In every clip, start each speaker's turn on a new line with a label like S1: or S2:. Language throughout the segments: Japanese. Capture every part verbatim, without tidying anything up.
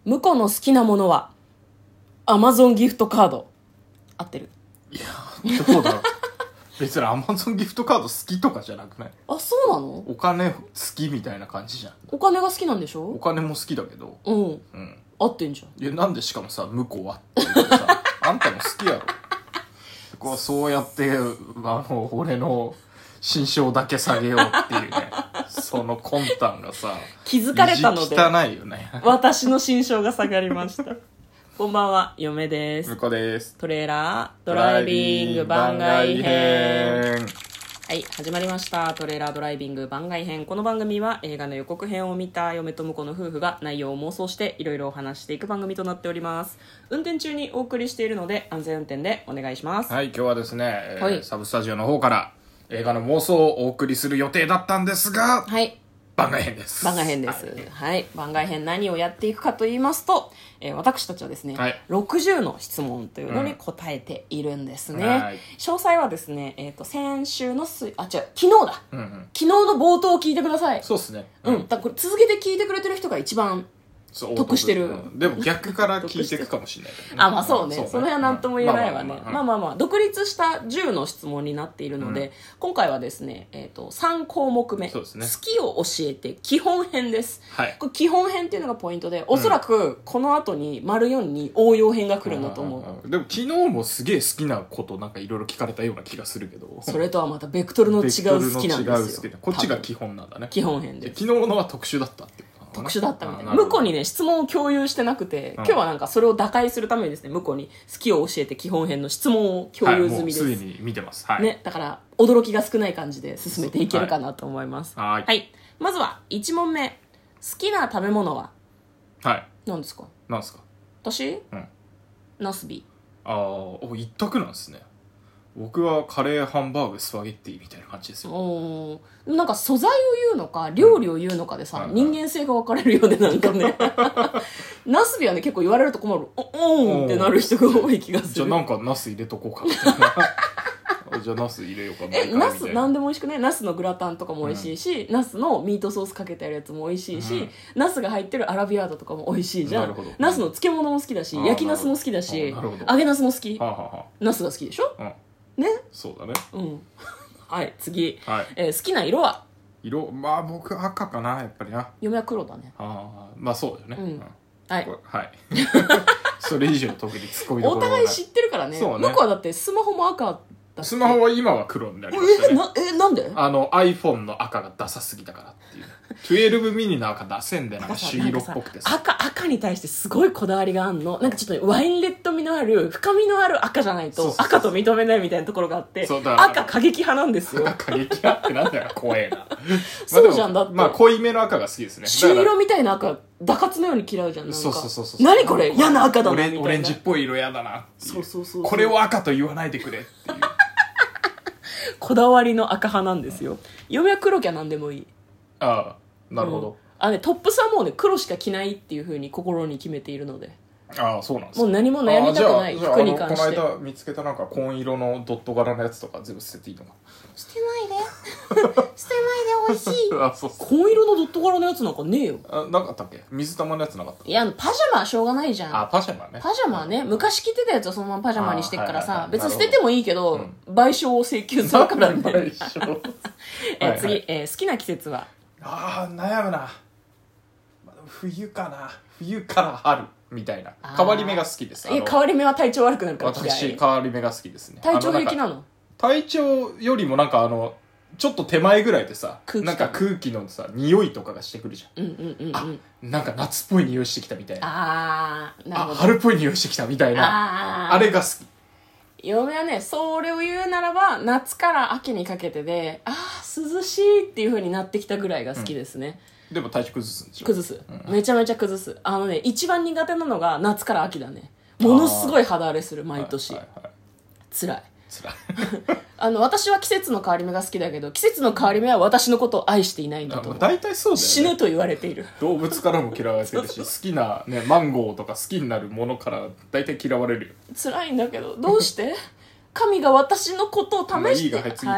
S1: 向こうの好きなものはアマゾンギフトカード。合ってる？
S2: いやどうだろう別にアマゾンギフトカード好きとかじゃなくない？
S1: あ、そうなの？
S2: お金好きみたいな感じじゃん。
S1: お金が好きなんでし
S2: お
S1: ょ？
S2: 金も好きだけど、
S1: うん、
S2: うん、
S1: 合ってんじゃん。
S2: いやなんでしかもさ向こうはって言ってさあんたも好きやろ。こうそうやってあの俺の心象だけ下げようっていうねその魂胆がさ
S1: 気づかれたので
S2: 汚いよね
S1: 私の心象が下がりましたこんばんは、嫁です。
S2: 向こうです。
S1: トレーラードライビング番外編。はい、始まりました。トレーラードライビング番外編。この番組は映画の予告編を見た嫁と婿の夫婦が内容を妄想していろいろお話していく番組となっております。運転中にお送りしているので安全運転でお願いします。
S2: はい、今日はですね、えー
S1: はい、
S2: サブスタジオの方から映画の妄想をお送りする予定だったんですが、
S1: はい、
S2: 番外編です。
S1: 番外編です、はいはい、番外編何をやっていくかと言いますと、えー、私たちはですね、はい、ろくじゅうの質問というのに答えているんですね、うん、はい、詳細はですね、えー、と先週のすあ違う昨日だ、うんうん、昨日の冒頭を聞いてください。
S2: そうですね、
S1: うん、うん、だこれ続けて聞いてくれてる人が一番得してる、
S2: うん、でも逆から聞いていくかもしれない、ね、
S1: あ、まあそうね、そうね、その辺は何とも言えないわね。まあまあまあ独立したじゅうの質問になっているので、うん、今回はですね、えー、とさん項目目、そうですね、好きを教えて基本編です、はい、これ基本編っていうのがポイントで、おそらくこの後に丸よんに応用編が来るんだと思う、うんうんうん、
S2: でも昨日もすげえ好きなことなんかいろいろ聞かれたような気がするけど、
S1: それとはまたベクトルの違う好きなんですよ。
S2: こっちが基本なんだね。
S1: 基本編です。
S2: 昨日のは特殊だったっていう
S1: 特殊だったみたいな。向こうにね、質問を共有してなくて、今日はなんかそれを打開するためにですね、向こうに好きを教えて基本編の質問を共有済みです。
S2: はい、もうすでに見てます。はい。
S1: ね、だから驚きが少ない感じで進めていけるかなと思います。はい。はい。まずはいち問目。好きな食べ物は？はい。何ですか？
S2: 何ですか？
S1: 私？うん。ナスビ。
S3: あ
S2: あ、一択なんですね。僕はカレー、ハンバーグ、スパゲッティみたいな感じですよ。
S1: おなんか素材を言うのか料理を言うのかでさ、うん、人間性が分かれるようでなんかねナスビはね結構言われると困るおおんってなる人が多い気がする。
S2: じゃあなんかナス入れとこうかみたいなじゃあナス入れようかな。
S1: えナス何でも美味しくね。ナスのグラタンとかも美味しいし、うん、ナスのミートソースかけてあるやつも美味しいし、うん、ナスが入ってるアラビアータとかも美味しいじゃん。ナスの漬物も好きだし、焼きナスも好きだし、揚げナスも好き。はあはあ、ナスが好きでしょ、うんね、
S2: そうだね。
S1: うん。はい次、
S2: はい
S1: えー、好きな色は？
S2: 色まあ僕赤かなやっぱりな。
S1: 嫁は黒だね。
S2: ああまあそうだよね。うんうん、
S1: はい
S2: はいそれ以上特にツッコミどころ
S1: お互い知ってるからね。そうね。向こうはだってスマホも赤だっ
S2: スマホは今は黒になりましたね。
S1: えなえなんで？
S2: あの iPhone の赤がダサすぎたからっていう。じゅうにミニの赤出せんでなんか朱色っぽくてさ。
S1: 赤赤に対してすごいこだわりがあんの。なんかちょっと、ね、ワインレッド味のある深みのある赤じゃないと赤と認めないみたいなところがあって。そうだ赤過激派なんですよ。
S2: 赤過激派ってなんだよ怖えな。
S1: そうじゃんだって。
S2: まあ濃いめの赤が好きですね。
S1: 朱色みたいな赤ダカツのように嫌うじゃん。なんか
S2: そうそうそうそう。
S1: 何これ嫌な赤だなみたいな。
S2: オレンジっぽい色嫌だなっていう。
S1: そうそうそうそう。
S2: これを赤と言わないでくれっていう。
S1: こだわりの赤派なんですよ。嫁は黒きゃ何でもいい。
S2: ああなるほど、うん、
S1: あね、トップスはもうね黒しか着ないっていう風に心に決めているので。
S2: ああそうなんです
S1: もう何も悩みたくない服に関して。
S2: この間見つけたなんか紺色のドット柄のやつとか全部捨てていいのか。
S1: 捨てないで捨てないでおいしいあそうそう紺色のドット柄のやつなんかねえよ。
S2: あなかったっけ？水玉のやつなかった？
S1: いやパジャマはしょうがないじゃん。
S2: あパジャマね。
S1: パジャマはね昔着てたやつをそのままパジャマにしてっからさ、はいはいはい、別に捨ててもいいけど、うん、賠償を請求するからね賠償え、はいはい、次、えー、好きな季節は？
S2: あー悩むな。冬かな。冬から春みたいな変わり目が好きです。
S1: え変わり目は体調悪くなるから嫌い。
S2: 私変わり目が好きですね。
S1: 体調平気なの？
S2: 体調よりもなんかあのちょっと手前ぐらいでさなんか空気のさ匂いとかがしてくるじゃん。うんうんうんうん、あなんか夏っぽい匂いしてきたみたいな。
S1: あーなるほど。
S2: あ春っぽい匂いしてきたみたいな あ, あれが好き。
S1: 嫁はねそれを言うならば夏から秋にかけてであー涼しいっていう風になってきたぐらいが好きですね、うん、
S2: でも体調崩すんでしょ？
S1: 崩す、うん、めちゃめちゃ崩す。あのね一番苦手なのが夏から秋だね。ものすごい肌荒れする毎年、はいはいはい、辛い
S2: 辛い
S1: あの私は季節の変わり目が好きだけど季節の変わり目は私のことを愛していないんだと思う。
S2: 大体そうだよね。
S1: 死ねと言われている。
S2: 動物からも嫌われてるし好きな、ね、マンゴーとか好きになるものから大体嫌われるよ。
S1: 辛いんだけどどうして神が私のことを試して、はい、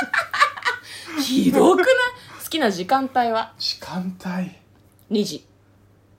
S1: ひどくない？好きな時間帯は？
S2: 時間帯
S1: にじ。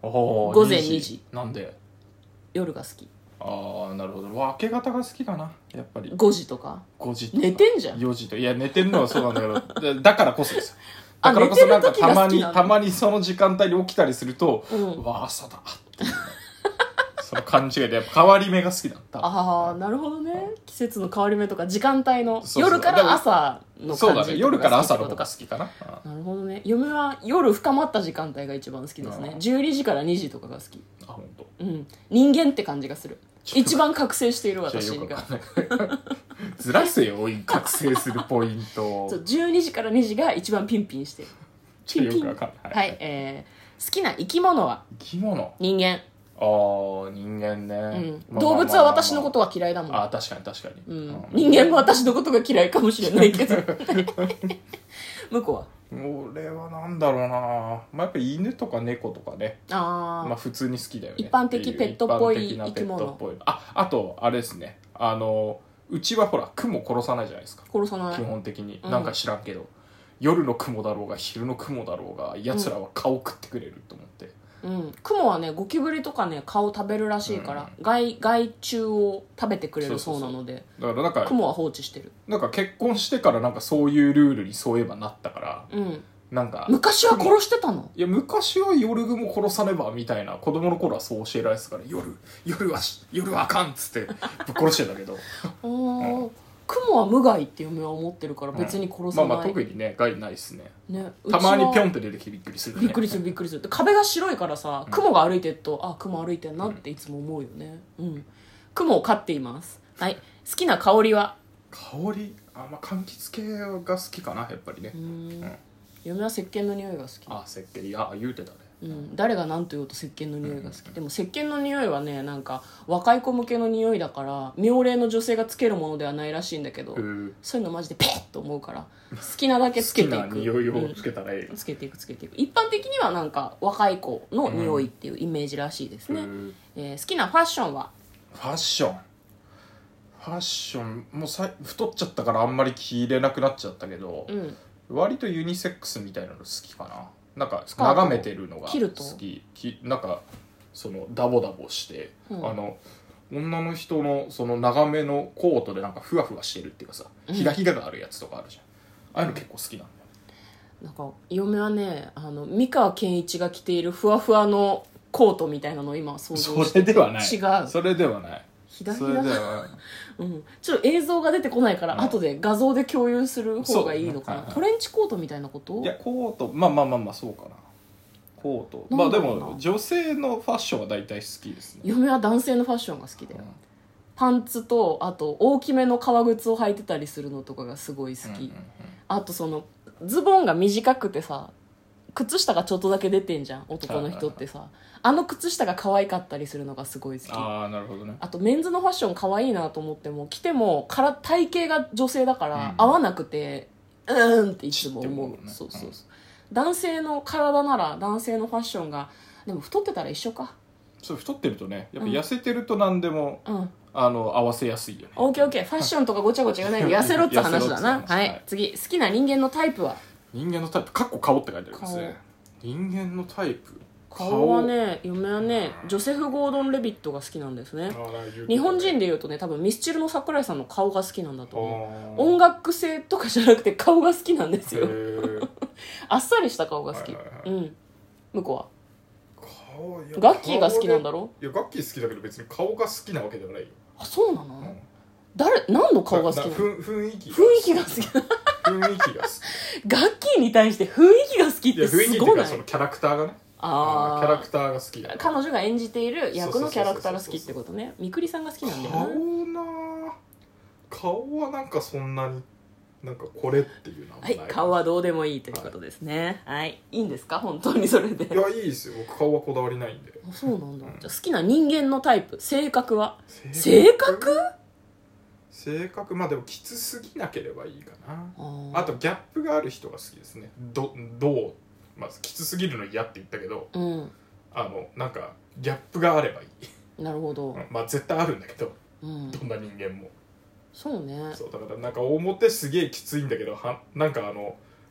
S1: 午前にじ。
S2: なんで？
S1: 夜が好き。
S2: ああなるほど。明け方が好きかなやっぱり。
S1: ごじとか
S2: ごじとか
S1: 寝てんじゃん。
S2: よじといや寝てんのはそうなんだけどだからこそですよ。だからこそなんかたまにたまにその時間帯に起きたりすると、うん、わあ朝だっていう、ね、その勘違いでやっぱ変わり目が好きだった。
S1: ああなるほどね。季節の変わり目とか時間帯のそうそう夜から朝の感じとか
S2: そうだね。夜から朝の方が好きかな。
S1: なるほどね。嫁は夜深まった時間帯が一番好きですね。じゅうにじからにじとかが好き。
S2: あ本当。
S1: うん人間って感じがする。一番覚醒している私が
S2: ずらせよ覚醒するポイント
S1: そうじゅうにじからにじが一番ピンピンしてる。
S2: ピンピン。はい、
S1: はい、えー、好きな生き物は
S2: 生き物
S1: 人間。
S2: ああ人間ね、
S1: うん、動物は私のことが嫌いだもん。
S2: あ確かに確かに、
S1: うん、人間も私のことが嫌いかもしれないけど向こうは
S2: 俺はなんだろうな、まあ、やっぱ犬とか猫とかね。
S1: あ、
S2: まあ普通に好きだよね。
S1: 一般的ペットっぽい生き物。
S2: ああとあれですね、あのうちはほらクモ殺さないじゃないですか。
S1: 殺さない。
S2: 基本的に、うん、なんか知らんけど夜のクモだろうが昼のクモだろうが奴らは顔食ってくれると思って、
S1: うん、クモはねゴキブリとかね顔食べるらしいから、うん、害, 害虫を食べてくれるそうなので、
S2: そうそうそうだからなんか
S1: クモは放置してる。
S2: なんか結婚してからなんかそういうルールにそういえばなったから、
S1: うん、
S2: なんか
S1: 昔は殺してたの？
S2: いや昔は夜グモ殺さねばみたいな子供の頃はそう教えられてたから夜夜は夜はあかんっつってぶっ殺してたけど
S1: うんクモは無害って嫁は思ってるから別に殺さない、
S2: うん、まあまあ特にね害ないっすね。
S1: ね
S2: たまにピョンって出てきてびっくりする、ね、
S1: びっくりするびっくりする。壁が白いからさ、クモが歩いてるとあクモ歩いてんなっていつも思うよね。うんクモを飼っています。はい。好きな香りは？
S2: 香りあまあ柑橘系が好きかなやっぱりね。うん、うん、
S1: 嫁は石鹸の匂いが好き。
S2: あ石鹸いや言うてたね。
S1: うん、誰が何と言おうと石鹸の匂いが好き、うん、でも石鹸の匂いはねなんか若い子向けの匂いだから妙齢の女性がつけるものではないらしいんだけど、そういうのマジでペッと思うから好きなだけつけていく。
S2: 好きな匂いをつけたらいい、
S1: うん、つけていくつけていく。一般的にはなんか若い子の匂いっていうイメージらしいですね、うんえー、好きなファッションは？
S2: ファッションファッションもうさ太っちゃったからあんまり着れなくなっちゃったけど、うん、割とユニセックスみたいなの好きかな。なんか眺めてるのが好き。きなんかそのダボダボして、うん、あの女の人のその長めのコートでなんかふわふわしてるっていうかさ、うん、ひらひらがあるやつとかあるじゃん。ああいうの結構好きなんだよ。
S1: なんか嫁はねあの三河健一が着ているふわふわのコートみたいなのを今想像して。
S2: それではない。
S1: 違う。
S2: それではない。
S1: ひだひだうん、ちょっと映像が出てこないから、うん、後で画像で共有する方がいいのかな、ねはいはい、トレンチコートみたいなこと？
S2: いやコートまあまあまあまあそうかな。コートまあでも女性のファッションは大体好きですね。
S1: 嫁は男性のファッションが好きだよ、うん、パンツとあと大きめの革靴を履いてたりするのとかがすごい好き、うんうんうん、あとそのズボンが短くてさ靴下がちょっとだけ出てんじゃん男の人ってさ、はいはいはい、あの靴下が可愛かったりするのがすごい好き。
S2: ああなるほどね。
S1: あとメンズのファッション可愛いなと思っても着てもから体型が女性だから、うん、合わなくてうーんっていつも思う、ね、そうそうそう、うん、男性の体なら男性のファッションがでも太ってたら一緒か。
S2: そう太ってるとねやっぱ痩せてると何でも、うん、あの合わせやすいよね。
S1: オーケーオーケーファッションとかごちゃごちゃ言わないで痩せろって話だなはい、はい、次好きな人間のタイプは？
S2: 人間のタイプかっこ顔って書いてありますね。人間のタイプ
S1: 顔はね嫁はねジョセフ・ゴードン・レビットが好きなんですね。日本人でいうとね多分ミスチルの桜井さんの顔が好きなんだと思う。音楽性とかじゃなくて顔が好きなんですよあっさりした顔が好き、はいはいはい、うん向こうは顔いやガッキーが好きなんだろ？
S2: いやガッキー好きだけど別に顔が好きなわけではないよ。
S1: あそうなの、うん、誰何の顔が好きなの？
S2: 雰囲気
S1: 雰囲気が好き
S2: 雰囲気が好き
S1: ガッキーに対して雰囲気が好きってすごい。
S2: 雰囲気っていうかそのキャラクターがねあキャラクターが好きだ。
S1: 彼女が演じている役のキャラクターが好きってことね。みくりさんが好きなんだよね。
S2: 顔な顔はなんかそんなになんかこれっていうのはない
S1: はい顔はどうでもいいということですね。はい、はい、いいんですか本当にそれで？
S2: いやいいですよ僕顔はこだわりないんで。
S1: あそうなんだ、うん、じゃあ好きな人間のタイプ性格は？性格
S2: 性格まあでもきつすぎなければいいかな。 あ, あとギャップがある人が好きですね。どどうまずきつすぎるの嫌って言ったけど、うん、あのなんかギャップがあればいい。
S1: なるほど、
S2: うん、まあ絶対あるんだけど、うん、どんな人間も
S1: そうね。
S2: そうだからなんか表すげえきついんだけどはなんかあの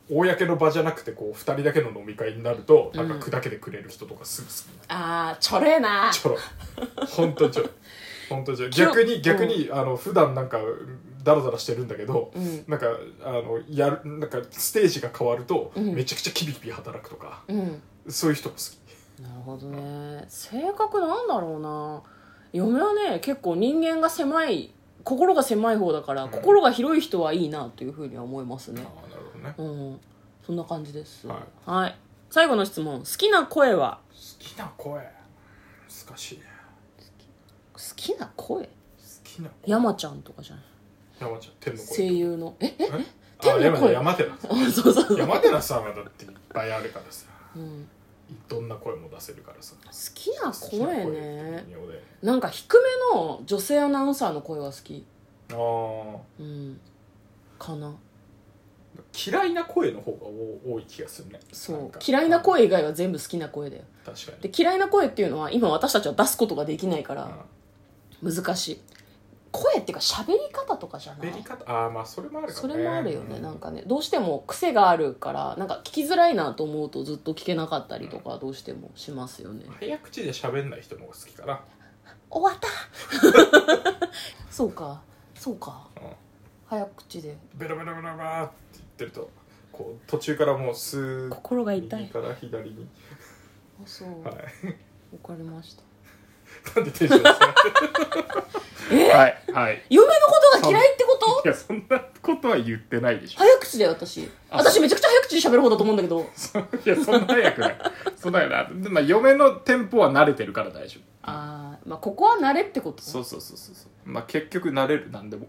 S2: 公の場じゃなくてこうふたりだけの飲み会になるとなんか砕けてくれる人とかすぐ好き、
S1: うん、あーちょれえな
S2: ちょろほんとちょろほんとちょろ逆に逆に、うん、あの普段なんかダラダラしてるんだけど、うん、なんかあのやるなんかステージが変わると、うん、めちゃくちゃキビキビ働くとか、うん、そういう人も好き。
S1: なるほどね。性格なんだろうな。嫁はね結構人間が狭い心が狭い方だから、うん、心が広い人はいいなというふうには思いますね。
S2: ああなるほどね、
S1: うん、そんな感じです、
S2: はい、
S1: はい、最後の質問。好きな声は？
S2: 好きな声難しいね。
S1: 好きな声好
S2: きな声
S1: 山ちゃんとかじゃない？
S2: 山ちゃん天の声
S1: 声優のえええ
S2: 天の声山寺
S1: そうそうそう
S2: 山寺さんはだっていっぱいあるからさ、うん、どんな声も出せるからさ。
S1: 好きな声ね。なんか低めの女性アナウンサーの声は好き。ああうんかな。
S2: 嫌いな声の方が多い気がするね。
S1: そう嫌いな声以外は全部好きな声だよ。
S2: 確かに。
S1: で嫌いな声っていうのは今私たちは出すことができないから難しい。声っていうか喋り方とかじゃない？
S2: 喋り方ああまあそれもあるかもね。
S1: それもあるよね、うん、なんかねどうしても癖があるからなんか聞きづらいなと思うとずっと聞けなかったりとかどうしてもしますよね、うん、
S2: 早口で喋んない人の方が好きかな。
S1: 終わったそうかそうか、うん、早口で
S2: ベラベラベラベラって言ってるとこう途中からもうスー
S1: 心が痛い
S2: 右から左に
S1: あそう、はい、分かりました。
S2: なんでテンションですか
S1: え
S2: はいはい。
S1: 嫁のことが嫌いってこと？
S2: いやそんなことは言ってないでしょ。
S1: 早口だよ私。私めちゃくちゃ早口で喋る方だと思うんだけど。
S2: いやそんな早くない。そんなやな。でまあ嫁のテンポは慣れてるから大丈夫。
S1: ああまあここは慣れってこと。
S2: そうそうそうそうそう。まあ結局慣れるなんでも。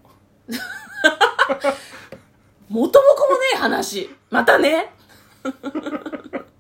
S1: 元も子もねえ話。またね。